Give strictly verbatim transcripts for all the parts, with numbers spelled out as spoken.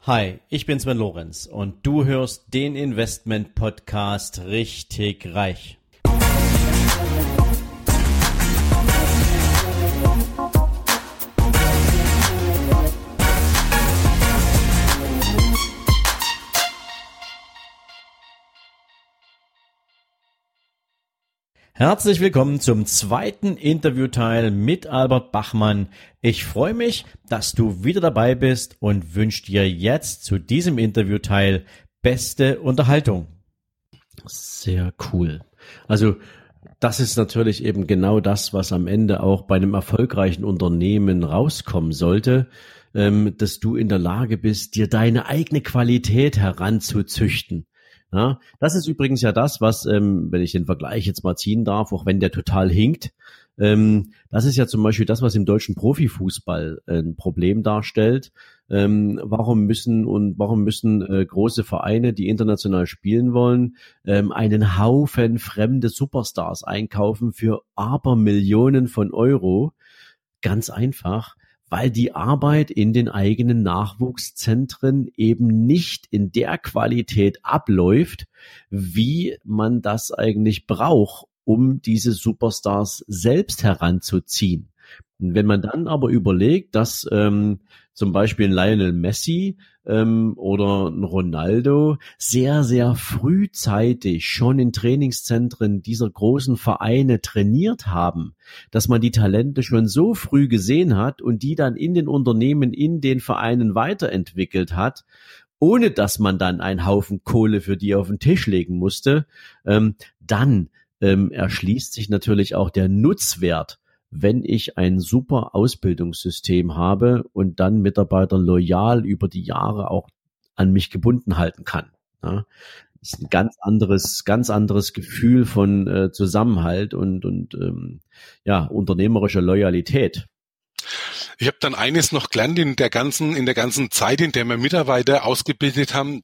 Hi, ich bin Sven Lorenz und du hörst den Investment-Podcast Richtig Reich. Herzlich willkommen zum zweiten Interviewteil mit Albert Bachmann. Ich freue mich, dass du wieder dabei bist und wünsche dir jetzt zu diesem Interviewteil beste Unterhaltung. Sehr cool. Also das ist natürlich eben genau das, was am Ende auch bei einem erfolgreichen Unternehmen rauskommen sollte, ähm, dass du in der Lage bist, dir deine eigene Qualität heranzuzüchten. Ja, das ist übrigens ja das, was, ähm, wenn ich den Vergleich jetzt mal ziehen darf, auch wenn der total hinkt, ähm, das ist ja zum Beispiel das, was im deutschen Profifußball ein Problem darstellt. Ähm, warum müssen und warum müssen äh, große Vereine, die international spielen wollen, ähm, einen Haufen fremde Superstars einkaufen für Abermillionen von Euro? Ganz einfach, weil die Arbeit in den eigenen Nachwuchszentren eben nicht in der Qualität abläuft, wie man das eigentlich braucht, um diese Superstars selbst heranzuziehen. Und wenn man dann aber überlegt, dass ähm, zum Beispiel ein Lionel Messi ähm, oder ein Ronaldo sehr, sehr frühzeitig schon in Trainingszentren dieser großen Vereine trainiert haben, dass man die Talente schon so früh gesehen hat und die dann in den Unternehmen, in den Vereinen weiterentwickelt hat, ohne dass man dann einen Haufen Kohle für die auf den Tisch legen musste, ähm, dann ähm, erschließt sich natürlich auch der Nutzwert, wenn ich ein super Ausbildungssystem habe und dann Mitarbeiter loyal über die Jahre auch an mich gebunden halten kann. Ja, das ist ein ganz anderes, ganz anderes Gefühl von äh, Zusammenhalt und und ähm, ja unternehmerischer Loyalität. Ich habe dann eines noch gelernt in der ganzen in der ganzen Zeit, in der wir Mitarbeiter ausgebildet haben: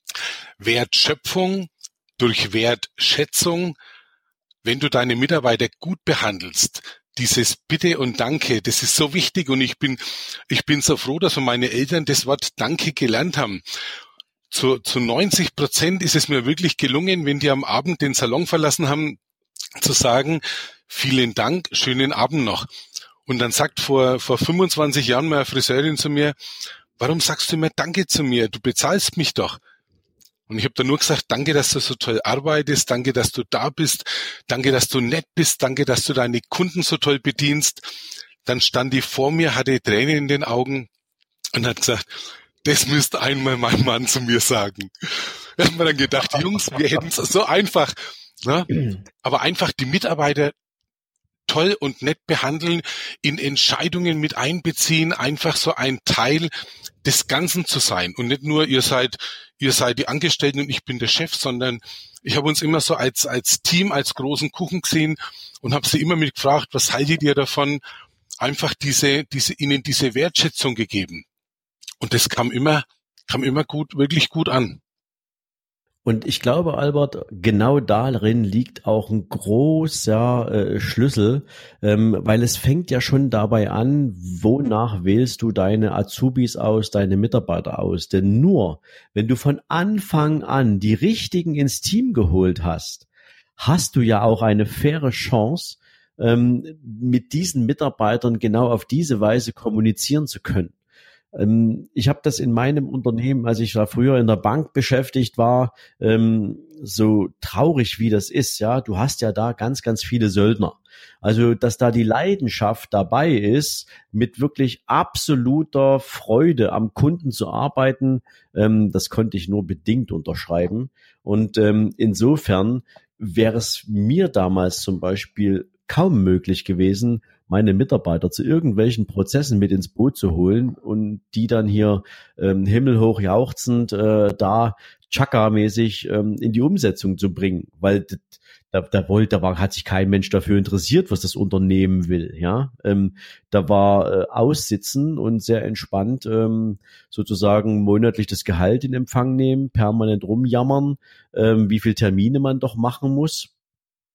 Wertschöpfung durch Wertschätzung. Wenn du deine Mitarbeiter gut behandelst, dieses Bitte und Danke, das ist so wichtig, und ich bin ich bin so froh, dass meine Eltern das Wort Danke gelernt haben. Zu, zu neunzig Prozent ist es mir wirklich gelungen, wenn die am Abend den Salon verlassen haben, zu sagen: Vielen Dank, schönen Abend noch. Und dann sagt vor vor fünfundzwanzig Jahren meine Friseurin zu mir: Warum sagst du immer Danke zu mir? Du bezahlst mich doch. Und ich habe dann nur gesagt: Danke, dass du so toll arbeitest, danke, dass du da bist, danke, dass du nett bist, danke, dass du deine Kunden so toll bedienst. Dann stand die vor mir, hatte Tränen in den Augen und hat gesagt: Das müsste einmal mein Mann zu mir sagen. Da haben wir dann gedacht: Jungs, wir hätten es so einfach. Ne? Aber einfach die Mitarbeiter toll und nett behandeln, in Entscheidungen mit einbeziehen, einfach so ein Teil des Ganzen zu sein und nicht nur ihr seid ihr seid die Angestellten und ich bin der Chef, sondern ich habe uns immer so als als Team, als großen Kuchen gesehen und habe sie immer mit gefragt: Was haltet ihr davon? Einfach diese diese ihnen diese Wertschätzung gegeben, und das kam immer kam immer gut wirklich gut an. Und ich glaube, Albert, genau darin liegt auch ein großer äh, Schlüssel, ähm, weil es fängt ja schon dabei an, wonach wählst du deine Azubis aus, deine Mitarbeiter aus. Denn nur, wenn du von Anfang an die Richtigen ins Team geholt hast, hast du ja auch eine faire Chance, ähm, mit diesen Mitarbeitern genau auf diese Weise kommunizieren zu können. Ich habe das in meinem Unternehmen, als ich da früher in der Bank beschäftigt war, so traurig wie das ist, ja, du hast ja da ganz, ganz viele Söldner. Also, dass da die Leidenschaft dabei ist, mit wirklich absoluter Freude am Kunden zu arbeiten, das konnte ich nur bedingt unterschreiben. Und insofern wäre es mir damals zum Beispiel kaum möglich gewesen, meine Mitarbeiter zu irgendwelchen Prozessen mit ins Boot zu holen und die dann hier ähm, himmelhoch jauchzend äh, da Chaka-mäßig ähm, in die Umsetzung zu bringen, weil da, da wollte, da war, hat sich kein Mensch dafür interessiert, was das Unternehmen will, ja. Ähm, da war äh, Aussitzen und sehr entspannt ähm, sozusagen monatlich das Gehalt in Empfang nehmen, permanent rumjammern, ähm, wie viel Termine man doch machen muss,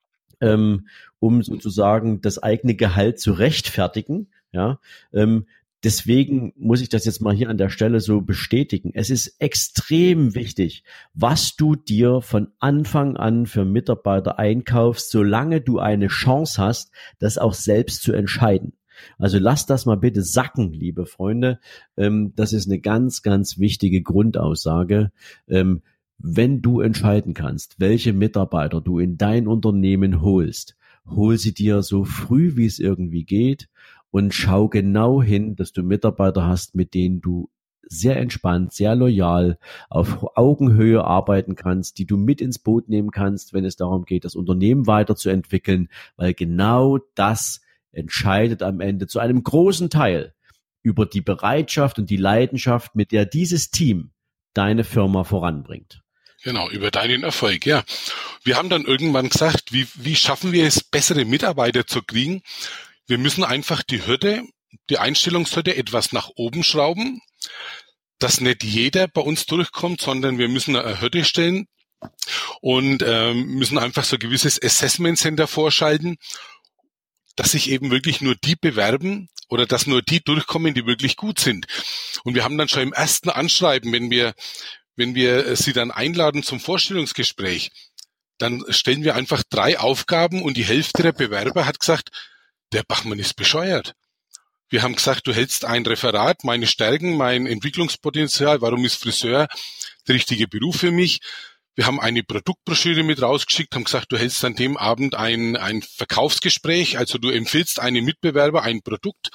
ähm, um sozusagen das eigene Gehalt zu rechtfertigen, ja, ähm, deswegen muss ich das jetzt mal hier an der Stelle so bestätigen. Es ist extrem wichtig, was du dir von Anfang an für Mitarbeiter einkaufst, solange du eine Chance hast, das auch selbst zu entscheiden. Also lass das mal bitte sacken, liebe Freunde. Das ist eine ganz, ganz wichtige Grundaussage. Wenn du entscheiden kannst, welche Mitarbeiter du in dein Unternehmen holst, hol sie dir so früh, wie es irgendwie geht und schau genau hin, dass du Mitarbeiter hast, mit denen du sehr entspannt, sehr loyal, auf Augenhöhe arbeiten kannst, die du mit ins Boot nehmen kannst, wenn es darum geht, das Unternehmen weiterzuentwickeln, weil genau das entscheidet am Ende zu einem großen Teil über die Bereitschaft und die Leidenschaft, mit der dieses Team deine Firma voranbringt. Genau, über deinen Erfolg, ja. Wir haben dann irgendwann gesagt, wie, wie schaffen wir es, bessere Mitarbeiter zu kriegen? Wir müssen einfach die Hürde, die Einstellungshürde etwas nach oben schrauben, dass nicht jeder bei uns durchkommt, sondern wir müssen eine Hürde stellen und ähm, müssen einfach so ein gewisses Assessment Center vorschalten, dass sich eben wirklich nur die bewerben oder dass nur die durchkommen, die wirklich gut sind. Und wir haben dann schon im ersten Anschreiben, wenn wir wenn wir sie dann einladen zum Vorstellungsgespräch, dann stellen wir einfach drei Aufgaben und die Hälfte der Bewerber hat gesagt, der Bachmann ist bescheuert. Wir haben gesagt, du hältst ein Referat, meine Stärken, mein Entwicklungspotenzial, warum ist Friseur der richtige Beruf für mich? Wir haben eine Produktbroschüre mit rausgeschickt, haben gesagt, du hältst an dem Abend ein, ein Verkaufsgespräch, also du empfiehlst einem Mitbewerber ein Produkt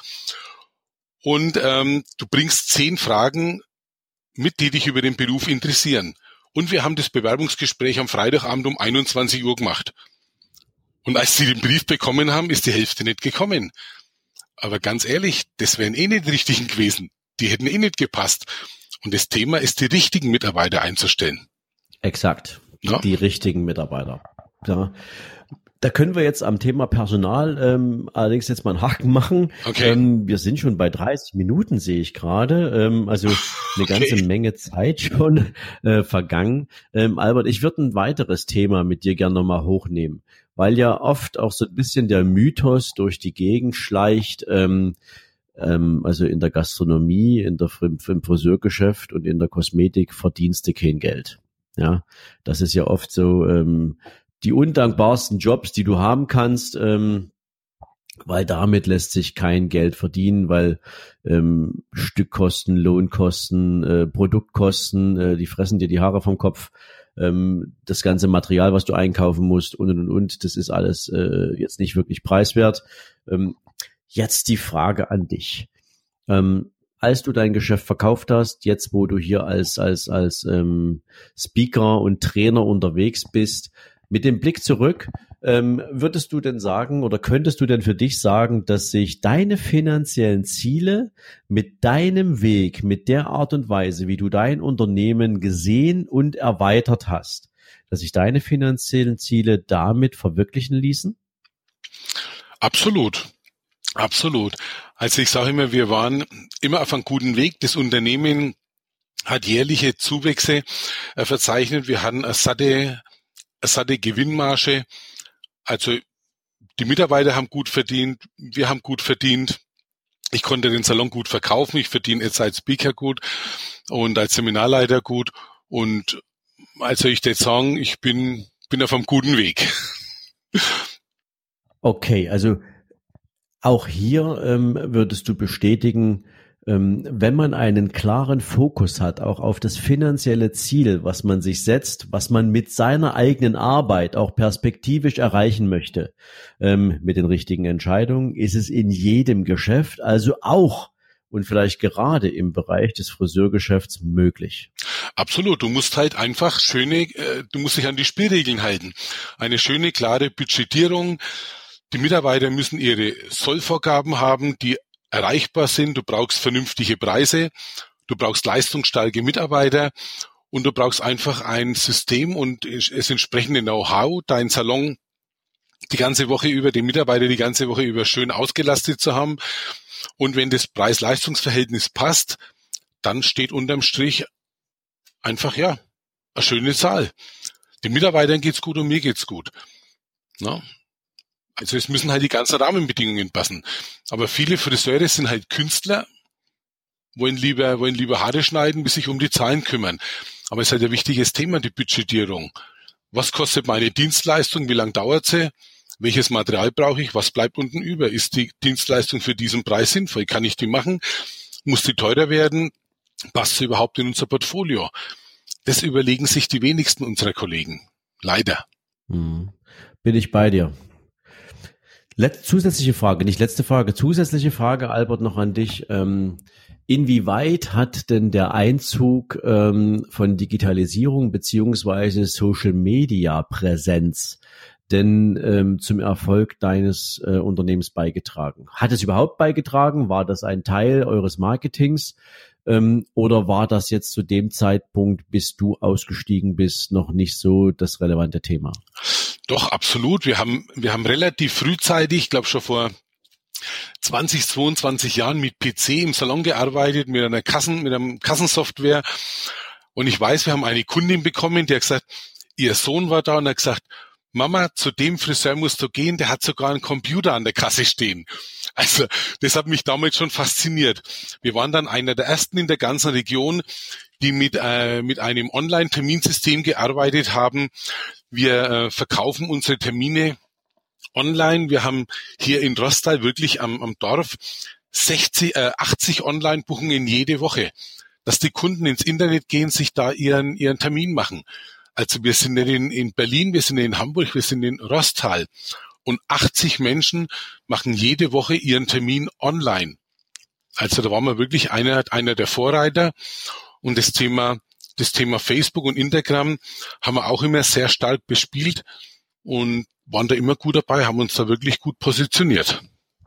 und ähm, du bringst zehn Fragen mit, die dich über den Beruf interessieren. Und wir haben das Bewerbungsgespräch am Freitagabend um einundzwanzig Uhr gemacht. Und als sie den Brief bekommen haben, ist die Hälfte nicht gekommen. Aber ganz ehrlich, das wären eh nicht die richtigen gewesen. Die hätten eh nicht gepasst. Und das Thema ist, die richtigen Mitarbeiter einzustellen. Exakt. Ja? Die richtigen Mitarbeiter. Ja. Da können wir jetzt am Thema Personal ähm, allerdings jetzt mal einen Haken machen. Okay. Ähm, wir sind schon bei dreißig Minuten, sehe ich gerade. Ähm, also eine ganze okay. Menge Zeit schon äh, vergangen. Ähm, Albert, ich würde ein weiteres Thema mit dir gerne nochmal hochnehmen, weil ja oft auch so ein bisschen der Mythos durch die Gegend schleicht, ähm, ähm, also in der Gastronomie, in der im Friseurgeschäft und in der Kosmetik verdienst du kein Geld. Ja, das ist ja oft so ähm, die undankbarsten Jobs, die du haben kannst, ähm, weil damit lässt sich kein Geld verdienen, weil ähm, Stückkosten, Lohnkosten, äh, Produktkosten, äh, die fressen dir die Haare vom Kopf, ähm, das ganze Material, was du einkaufen musst und und und, das ist alles äh, jetzt nicht wirklich preiswert. Ähm, jetzt die Frage an dich. Ähm, als du dein Geschäft verkauft hast, jetzt wo du hier als als als ähm, Speaker und Trainer unterwegs bist, mit dem Blick zurück, ähm, würdest du denn sagen oder könntest du denn für dich sagen, dass sich deine finanziellen Ziele mit deinem Weg, mit der Art und Weise, wie du dein Unternehmen gesehen und erweitert hast, dass sich deine finanziellen Ziele damit verwirklichen ließen? Absolut. Absolut. Also ich sage immer, wir waren immer auf einem guten Weg. Das Unternehmen hat jährliche Zuwächse äh, verzeichnet. Wir hatten eine satte Es hatte Gewinnmarge, also die Mitarbeiter haben gut verdient, wir haben gut verdient. Ich konnte den Salon gut verkaufen, ich verdiene jetzt als Speaker gut und als Seminarleiter gut. Und also ich würde sagen, ich bin bin auf einem guten Weg. Okay, also auch hier ähm, würdest du bestätigen, ähm, wenn man einen klaren Fokus hat, auch auf das finanzielle Ziel, was man sich setzt, was man mit seiner eigenen Arbeit auch perspektivisch erreichen möchte, ähm, mit den richtigen Entscheidungen, ist es in jedem Geschäft, also auch und vielleicht gerade im Bereich des Friseurgeschäfts möglich. Absolut. Du musst halt einfach schöne, äh, du musst dich an die Spielregeln halten. Eine schöne, klare Budgetierung. Die Mitarbeiter müssen ihre Sollvorgaben haben, die erreichbar sind. Du brauchst vernünftige Preise. Du brauchst leistungsstarke Mitarbeiter. Und du brauchst einfach ein System und das entsprechende Know-how, deinen Salon die ganze Woche über, die Mitarbeiter die ganze Woche über schön ausgelastet zu haben. Und wenn das Preis-Leistungs-Verhältnis passt, dann steht unterm Strich einfach, ja, eine schöne Zahl. Den Mitarbeitern geht's gut und mir geht's gut. Na? Also es müssen halt die ganzen Rahmenbedingungen passen. Aber viele Friseure sind halt Künstler wollen lieber, wollen lieber Haare schneiden, bis sich um die Zahlen kümmern. Aber es ist halt ein wichtiges Thema, die Budgetierung. Was kostet meine Dienstleistung? Wie lange dauert sie? Welches Material brauche ich? Was bleibt unten über? Ist die Dienstleistung für diesen Preis sinnvoll? Kann ich die machen? Muss die teurer werden? Passt sie überhaupt in unser Portfolio? Das überlegen sich die wenigsten unserer Kollegen. Leider. Hm. Bin ich bei dir. Let- zusätzliche Frage, nicht letzte Frage, zusätzliche Frage, Albert, noch an dich. Ähm, inwieweit hat denn der Einzug ähm, von Digitalisierung beziehungsweise Social Media Präsenz denn ähm, zum Erfolg deines äh, Unternehmens beigetragen? Hat es überhaupt beigetragen? War das ein Teil eures Marketings? Ähm, oder war das jetzt zu dem Zeitpunkt, bis du ausgestiegen bist, noch nicht so das relevante Thema? Doch, absolut. Wir haben, wir haben relativ frühzeitig, ich glaube schon vor zwanzig, zweiundzwanzig Jahren mit P C im Salon gearbeitet, mit einer Kassen, mit einem Kassensoftware. Und ich weiß, wir haben eine Kundin bekommen, die hat gesagt, ihr Sohn war da und hat gesagt, Mama, zu dem Friseur musst du gehen, der hat sogar einen Computer an der Kasse stehen. Also, das hat mich damals schon fasziniert. Wir waren dann einer der ersten in der ganzen Region, die mit, äh, mit einem Online-Terminsystem gearbeitet haben. Wir äh, verkaufen unsere Termine online. Wir haben hier in Rostal wirklich am, am Dorf sechzig, äh, achtzig Online-Buchungen jede Woche, dass die Kunden ins Internet gehen, sich da ihren, ihren Termin machen. Also wir sind nicht in, in Berlin, wir sind in Hamburg, wir sind in Rostal. Und achtzig Menschen machen jede Woche ihren Termin online. Also da waren wir wirklich einer, einer der Vorreiter. Und das Thema, das Thema Facebook und Instagram haben wir auch immer sehr stark bespielt und waren da immer gut dabei, haben uns da wirklich gut positioniert.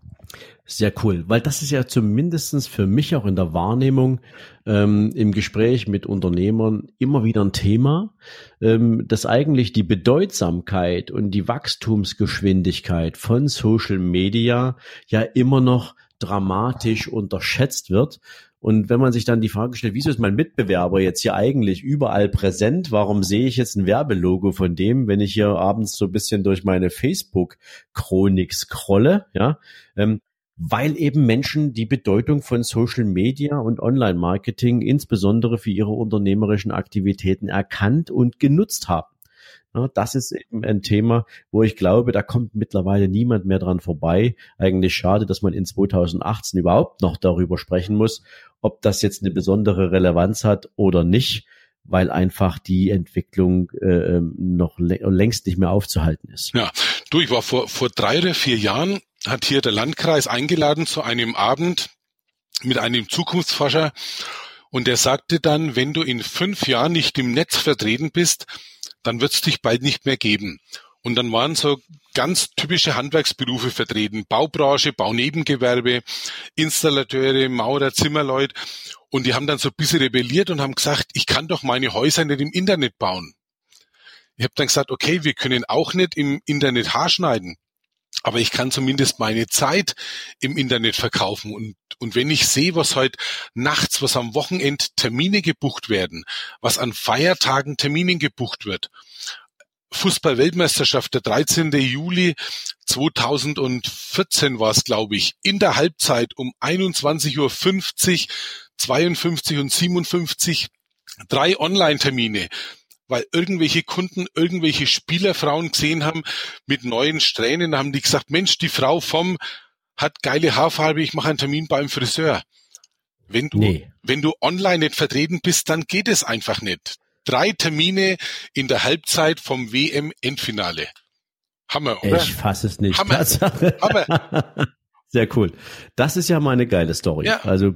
Sehr cool, weil das ist ja zumindestens für mich auch in der Wahrnehmung ähm, im Gespräch mit Unternehmern immer wieder ein Thema, ähm, dass eigentlich die Bedeutsamkeit und die Wachstumsgeschwindigkeit von Social Media ja immer noch dramatisch unterschätzt wird. Und wenn man sich dann die Frage stellt, wieso ist mein Mitbewerber jetzt hier eigentlich überall präsent? Warum sehe ich jetzt ein Werbelogo von dem, wenn ich hier abends so ein bisschen durch meine Facebook-Chronik scrolle? Ja, ähm, weil eben Menschen die Bedeutung von Social Media und Online-Marketing insbesondere für ihre unternehmerischen Aktivitäten erkannt und genutzt haben. Ja, das ist eben ein Thema, wo ich glaube, da kommt mittlerweile niemand mehr dran vorbei. Eigentlich schade, dass man in zweitausendachtzehn überhaupt noch darüber sprechen muss, ob das jetzt eine besondere Relevanz hat oder nicht, weil einfach die Entwicklung äh, noch längst nicht mehr aufzuhalten ist. Ja, du, ich war vor, vor drei oder vier Jahren, hat hier der Landkreis eingeladen zu einem Abend mit einem Zukunftsforscher und der sagte dann, wenn du in fünf Jahren nicht im Netz vertreten bist, dann wird es dich bald nicht mehr geben. Und dann waren so ganz typische Handwerksberufe vertreten, Baubranche, Baunebengewerbe, Installateure, Maurer, Zimmerleute. Und die haben dann so ein bisschen rebelliert und haben gesagt, ich kann doch meine Häuser nicht im Internet bauen. Ich habe dann gesagt, okay, wir können auch nicht im Internet Haar schneiden, aber ich kann zumindest meine Zeit im Internet verkaufen. Und, und wenn ich sehe, was heute nachts, was am Wochenende Termine gebucht werden, was an Feiertagen Terminen gebucht wird, Fußball-Weltmeisterschaft, der dreizehnten Juli zweitausendvierzehn war es, glaube ich, in der Halbzeit um einundzwanzig Uhr fünfzig, zweiundfünfzig und siebenundfünfzig, drei Online-Termine, weil irgendwelche Kunden irgendwelche Spielerfrauen gesehen haben mit neuen Strähnen, da haben die gesagt, Mensch, die Frau vom hat geile Haarfarbe, ich mache einen Termin beim Friseur. Wenn du, nee. wenn du online nicht vertreten bist, dann geht es einfach nicht. Drei Termine in der Halbzeit vom W M-Endfinale. Hammer, oder? Ich fasse es nicht. Hammer. Hammer. Sehr cool. Das ist ja mal eine geile Story. Ja. Also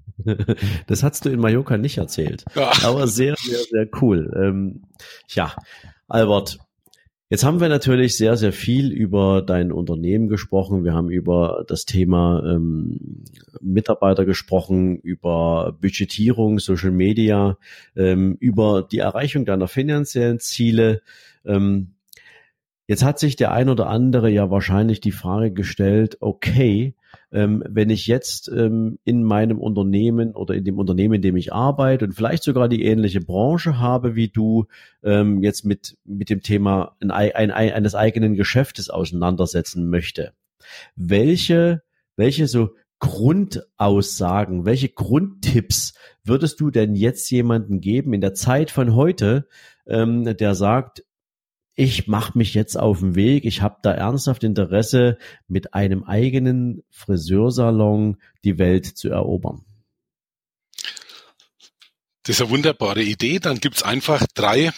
das hast du in Mallorca nicht erzählt. Ja. Aber sehr, sehr, sehr cool. Ähm, ja, Albert, jetzt haben wir natürlich sehr, sehr viel über dein Unternehmen gesprochen. Wir haben über das Thema ähm, Mitarbeiter gesprochen, über Budgetierung, Social Media, ähm, über die Erreichung deiner finanziellen Ziele. Ähm, jetzt hat sich der ein oder andere ja wahrscheinlich die Frage gestellt, okay, ähm, wenn ich jetzt ähm, in meinem Unternehmen oder in dem Unternehmen, in dem ich arbeite und vielleicht sogar die ähnliche Branche habe wie du, ähm, jetzt mit mit dem Thema ein, ein, ein, eines eigenen Geschäftes auseinandersetzen möchte, welche welche so Grundaussagen, welche Grundtipps würdest du denn jetzt jemandem geben in der Zeit von heute, ähm, der sagt, ich mache mich jetzt auf den Weg, ich habe da ernsthaft Interesse, mit einem eigenen Friseursalon die Welt zu erobern? Das ist eine wunderbare Idee. Dann gibt's einfach drei,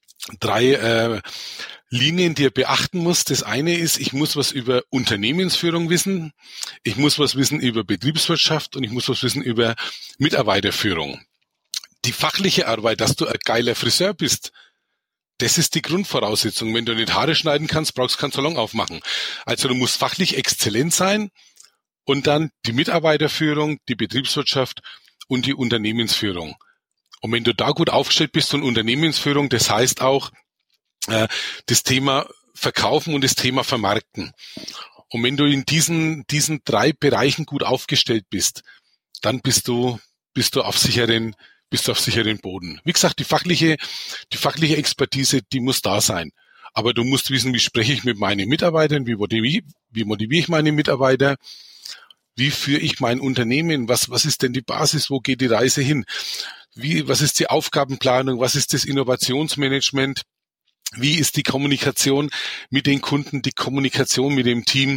drei äh, Linien, die ihr beachten muss. Das eine ist, ich muss was über Unternehmensführung wissen, ich muss was wissen über Betriebswirtschaft und ich muss was wissen über Mitarbeiterführung. Die fachliche Arbeit, dass du ein geiler Friseur bist, das ist die Grundvoraussetzung. Wenn du nicht Haare schneiden kannst, brauchst du keinen Salon aufmachen. Also du musst fachlich exzellent sein und dann die Mitarbeiterführung, die Betriebswirtschaft und die Unternehmensführung. Und wenn du da gut aufgestellt bist und Unternehmensführung, das heißt auch äh, das Thema Verkaufen und das Thema Vermarkten. Und wenn du in diesen diesen drei Bereichen gut aufgestellt bist, dann bist du bist du auf sicheren bist du auf sicheren Boden. Wie gesagt, die fachliche die fachliche Expertise, die muss da sein. Aber du musst wissen, wie spreche ich mit meinen Mitarbeitern, wie motiviere, wie motiviere ich meine Mitarbeiter, wie führe ich mein Unternehmen, was was ist denn die Basis, wo geht die Reise hin? Wie, was ist die Aufgabenplanung? Was ist das Innovationsmanagement? Wie ist die Kommunikation mit den Kunden, die Kommunikation mit dem Team?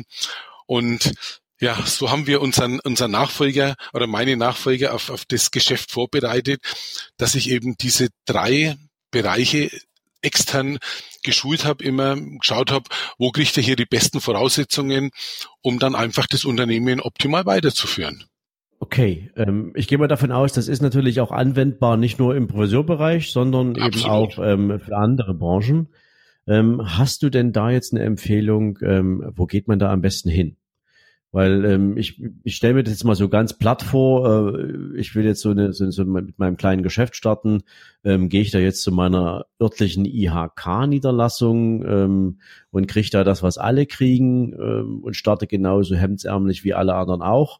Und ja, so haben wir unseren, unseren Nachfolger oder meine Nachfolger auf, auf das Geschäft vorbereitet, dass ich eben diese drei Bereiche extern geschult habe, immer geschaut habe, wo kriegt er hier die besten Voraussetzungen, um dann einfach das Unternehmen optimal weiterzuführen. Okay, ähm, ich gehe mal davon aus, das ist natürlich auch anwendbar, nicht nur im Friseurbereich, sondern Absolut. eben auch ähm, für andere Branchen. Ähm, hast du denn da jetzt eine Empfehlung, ähm, wo geht man da am besten hin? Weil ähm, ich, ich stelle mir das jetzt mal so ganz platt vor, äh, ich will jetzt so, eine, so, so mit meinem kleinen Geschäft starten, ähm, gehe ich da jetzt zu meiner örtlichen I H K-Niederlassung ähm, und kriege da das, was alle kriegen ähm, und starte genauso hemdsärmlich wie alle anderen auch.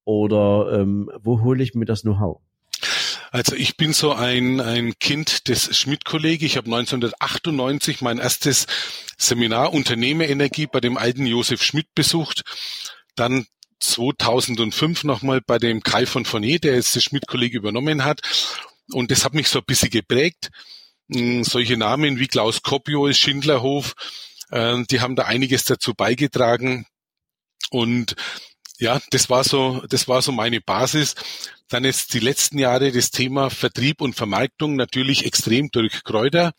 Oder ähm, wo hole ich mir das Know-how? Also ich bin so ein ein Kind des Schmidt-Kolleg. Ich habe neunzehnhundertachtundneunzig mein erstes Seminar Unternehmerenergie bei dem alten Josef Schmidt besucht. Dann zweitausendfünf nochmal bei dem Kai von Fournet, der jetzt das Schmidt-Kolleg übernommen hat. Und das hat mich so ein bisschen geprägt. Hm, solche Namen wie Klaus Koppiol, Schindlerhof, äh, die haben da einiges dazu beigetragen. Und ja, das war so, das war so meine Basis. Dann jetzt die letzten Jahre das Thema Vertrieb und Vermarktung natürlich extrem durch Kräuter.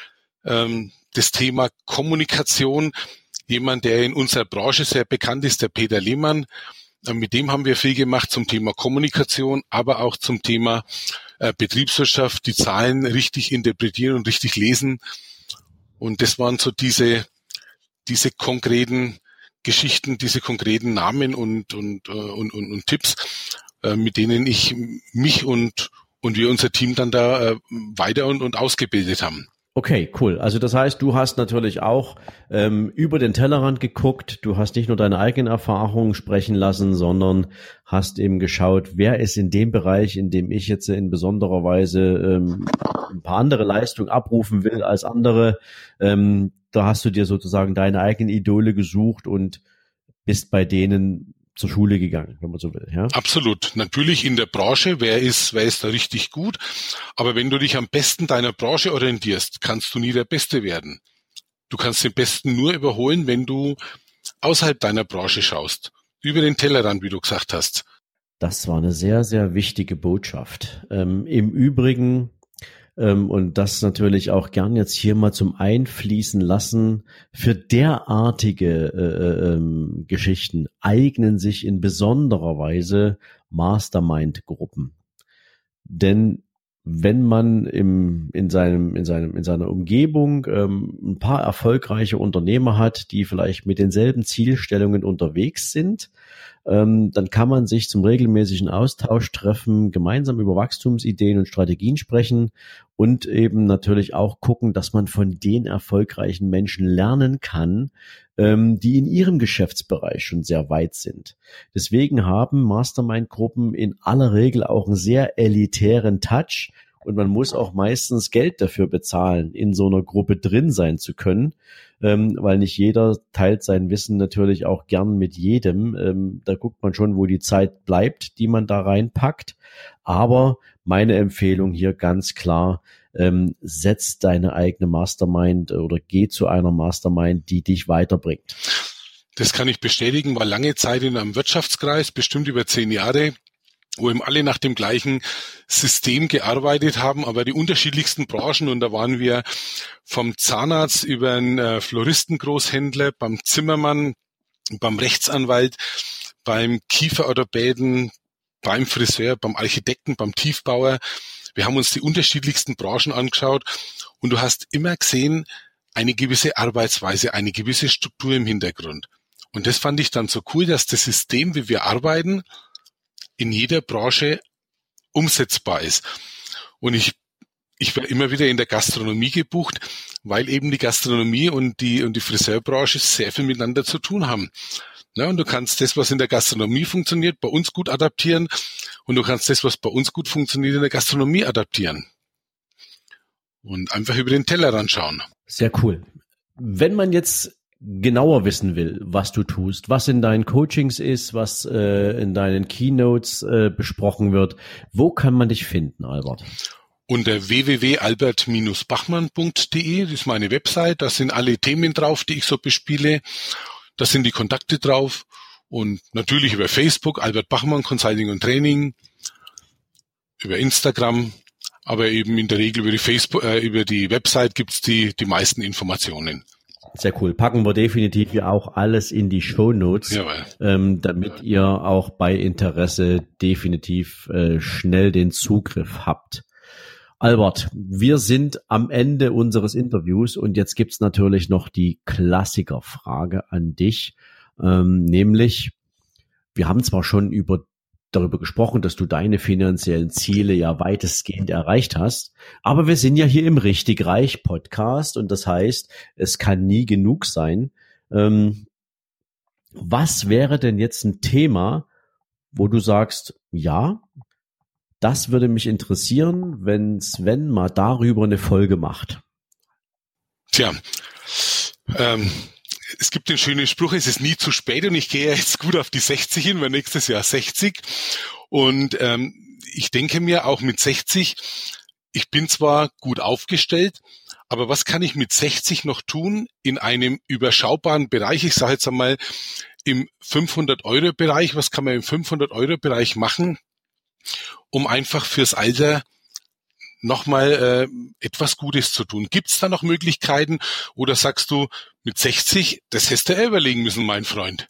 Ähm, das Thema Kommunikation, jemand, der in unserer Branche sehr bekannt ist, der Peter Lehmann. Äh, mit dem haben wir viel gemacht zum Thema Kommunikation, aber auch zum Thema äh, Betriebswirtschaft, die Zahlen richtig interpretieren und richtig lesen. Und das waren so diese, diese konkreten Geschichten, diese konkreten Namen und und und und, und Tipps, äh, mit denen ich mich und und wir unser Team dann da äh, weiter und und ausgebildet haben. Okay, cool. Also das heißt, du hast natürlich auch ähm, über den Tellerrand geguckt. Du hast nicht nur deine eigenen Erfahrungen sprechen lassen, sondern hast eben geschaut, wer ist in dem Bereich, in dem ich jetzt in besonderer Weise ähm, ein paar andere Leistungen abrufen will als andere. Ähm, da hast du dir sozusagen deine eigenen Idole gesucht und bist bei denen zur Schule gegangen, wenn man so will, ja? Absolut. Natürlich in der Branche, wer ist, wer ist da richtig gut. Aber wenn du dich am besten deiner Branche orientierst, kannst du nie der Beste werden. Du kannst den Besten nur überholen, wenn du außerhalb deiner Branche schaust. Über den Tellerrand, wie du gesagt hast. Das war eine sehr, sehr wichtige Botschaft. Ähm, im Übrigen, ähm, und das natürlich auch gern jetzt hier mal zum Einfließen lassen, für derartige äh, ähm, Geschichten eignen sich in besonderer Weise Mastermind-Gruppen. Denn wenn man im, in seinem, in seinem, in seiner Umgebung ähm, ein paar erfolgreiche Unternehmer hat, die vielleicht mit denselben Zielstellungen unterwegs sind, ähm, dann kann man sich zum regelmäßigen Austausch treffen, gemeinsam über Wachstumsideen und Strategien sprechen und eben natürlich auch gucken, dass man von den erfolgreichen Menschen lernen kann, ähm, die in ihrem Geschäftsbereich schon sehr weit sind. Deswegen haben Mastermind-Gruppen in aller Regel auch einen sehr elitären Touch und man muss auch meistens Geld dafür bezahlen, in so einer Gruppe drin sein zu können, ähm, weil nicht jeder teilt sein Wissen natürlich auch gern mit jedem. Ähm, da guckt man schon, wo die Zeit bleibt, die man da reinpackt. Aber meine Empfehlung hier ganz klar, ähm, setz deine eigene Mastermind oder geh zu einer Mastermind, die dich weiterbringt. Das kann ich bestätigen, war lange Zeit in einem Wirtschaftskreis, bestimmt über zehn Jahre, wo eben alle nach dem gleichen System gearbeitet haben, aber die unterschiedlichsten Branchen. Und da waren wir vom Zahnarzt über einen äh, Floristengroßhändler, beim Zimmermann, beim Rechtsanwalt, beim Kieferorthopäden, beim Friseur, beim Architekten, beim Tiefbauer. Wir haben uns die unterschiedlichsten Branchen angeschaut und du hast immer gesehen, eine gewisse Arbeitsweise, eine gewisse Struktur im Hintergrund. Und das fand ich dann so cool, dass das System, wie wir arbeiten, in jeder Branche umsetzbar ist. Und ich, ich werde immer wieder in der Gastronomie gebucht, weil eben die Gastronomie und die, und die Friseurbranche sehr viel miteinander zu tun haben. Ja, und du kannst das, was in der Gastronomie funktioniert, bei uns gut adaptieren und du kannst das, was bei uns gut funktioniert, in der Gastronomie adaptieren. Und einfach über den Tellerrand schauen. Sehr cool. Wenn man jetzt genauer wissen will, was du tust, was in deinen Coachings ist, was äh, in deinen Keynotes äh, besprochen wird, wo kann man dich finden, Albert? Unter w w w punkt albert Bindestrich bachmann punkt d e, das ist meine Website, da sind alle Themen drauf, die ich so bespiele, da sind die Kontakte drauf und natürlich über Facebook, Albert Bachmann Consulting und Training, über Instagram, aber eben in der Regel über die Facebook, äh, über die Website gibt's die die meisten Informationen. Sehr cool. Packen wir definitiv ja auch alles in die Shownotes, ähm, damit ihr auch bei Interesse definitiv äh, schnell den Zugriff habt. Albert, wir sind am Ende unseres Interviews und jetzt gibt's natürlich noch die Klassikerfrage an dich, ähm, nämlich, wir haben zwar schon über darüber gesprochen, dass du deine finanziellen Ziele ja weitestgehend erreicht hast. Aber wir sind ja hier im Richtig Reich Podcast und das heißt, es kann nie genug sein. Ähm, was wäre denn jetzt ein Thema, wo du sagst, ja, das würde mich interessieren, wenn Sven mal darüber eine Folge macht? Tja, ähm, es gibt den schönen Spruch, es ist nie zu spät und ich gehe ja jetzt gut auf die sechzig hin, weil nächstes Jahr sechzig und ähm, ich denke mir auch mit sechzig, ich bin zwar gut aufgestellt, aber was kann ich mit sechzig noch tun in einem überschaubaren Bereich, ich sage jetzt einmal im fünfhundert-Euro-Bereich, was kann man im fünfhundert-Euro-Bereich machen, um einfach fürs Alter nochmal äh, etwas Gutes zu tun. Gibt es da noch Möglichkeiten oder sagst du, mit sechzig, das hättest du überlegen müssen, mein Freund?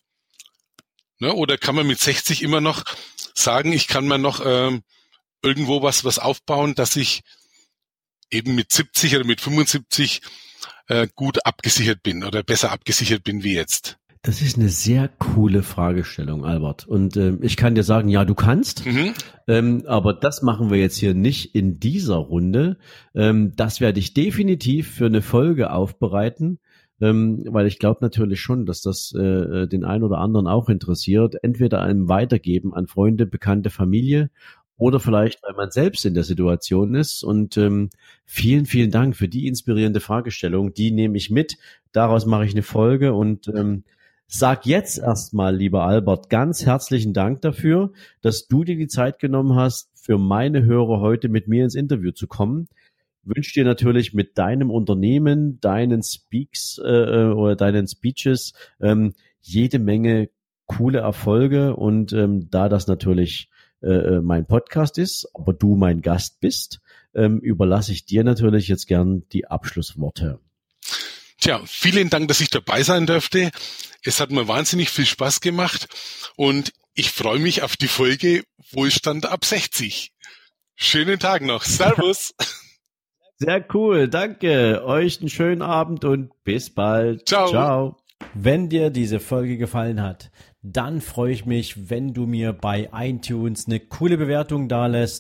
Ne? Oder kann man mit sechzig immer noch sagen, ich kann mir noch ähm, irgendwo was was aufbauen, dass ich eben mit siebzig oder mit fünfundsiebzig äh, gut abgesichert bin oder besser abgesichert bin wie jetzt? Das ist eine sehr coole Fragestellung, Albert. Und ähm, ich kann dir sagen, ja, du kannst. Mhm. Ähm, aber das machen wir jetzt hier nicht in dieser Runde. Ähm, das werde ich definitiv für eine Folge aufbereiten, ähm, weil ich glaube natürlich schon, dass das äh, den einen oder anderen auch interessiert. Entweder einem weitergeben an Freunde, Bekannte, Familie oder vielleicht, weil man selbst in der Situation ist. Und ähm, vielen, vielen Dank für die inspirierende Fragestellung. Die nehme ich mit. Daraus mache ich eine Folge und ähm, sag jetzt erstmal, lieber Albert, ganz herzlichen Dank dafür, dass du dir die Zeit genommen hast, für meine Hörer heute mit mir ins Interview zu kommen. Ich wünsche dir natürlich mit deinem Unternehmen, deinen Speaks äh, oder deinen Speeches ähm, jede Menge coole Erfolge und ähm, da das natürlich äh, mein Podcast ist, aber du mein Gast bist, ähm, überlasse ich dir natürlich jetzt gern die Abschlussworte. Tja, vielen Dank, dass ich dabei sein durfte. Es hat mir wahnsinnig viel Spaß gemacht und ich freue mich auf die Folge Wohlstand ab sechzig. Schönen Tag noch. Servus. Sehr cool. Danke. Euch einen schönen Abend und bis bald. Ciao. Ciao. Wenn dir diese Folge gefallen hat, dann freue ich mich, wenn du mir bei iTunes eine coole Bewertung dalässt.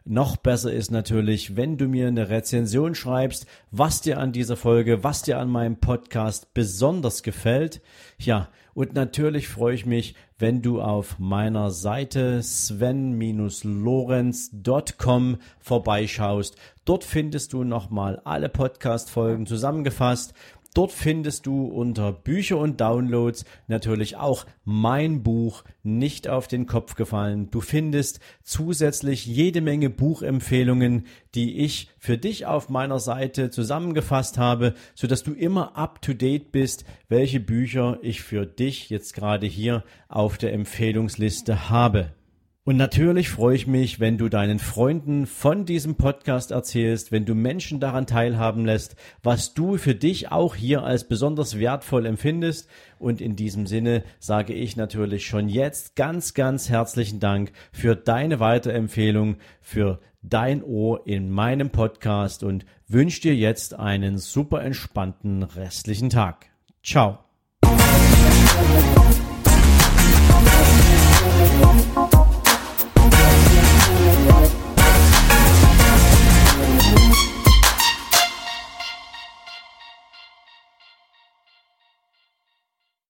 Noch besser ist natürlich, wenn du mir eine Rezension schreibst, was dir an dieser Folge, was dir an meinem Podcast besonders gefällt. Ja, und natürlich freue ich mich, wenn du auf meiner Seite sven Bindestrich lorenz Punkt com vorbeischaust. Dort findest du nochmal alle Podcast-Folgen zusammengefasst. Dort findest du unter Bücher und Downloads natürlich auch mein Buch Nicht auf den Kopf gefallen. Du findest zusätzlich jede Menge Buchempfehlungen, die ich für dich auf meiner Seite zusammengefasst habe, sodass du immer up to date bist, welche Bücher ich für dich jetzt gerade hier auf der Empfehlungsliste habe. Und natürlich freue ich mich, wenn du deinen Freunden von diesem Podcast erzählst, wenn du Menschen daran teilhaben lässt, was du für dich auch hier als besonders wertvoll empfindest. Und in diesem Sinne sage ich natürlich schon jetzt ganz, ganz herzlichen Dank für deine Weiterempfehlung, für dein Ohr in meinem Podcast und wünsche dir jetzt einen super entspannten restlichen Tag. Ciao.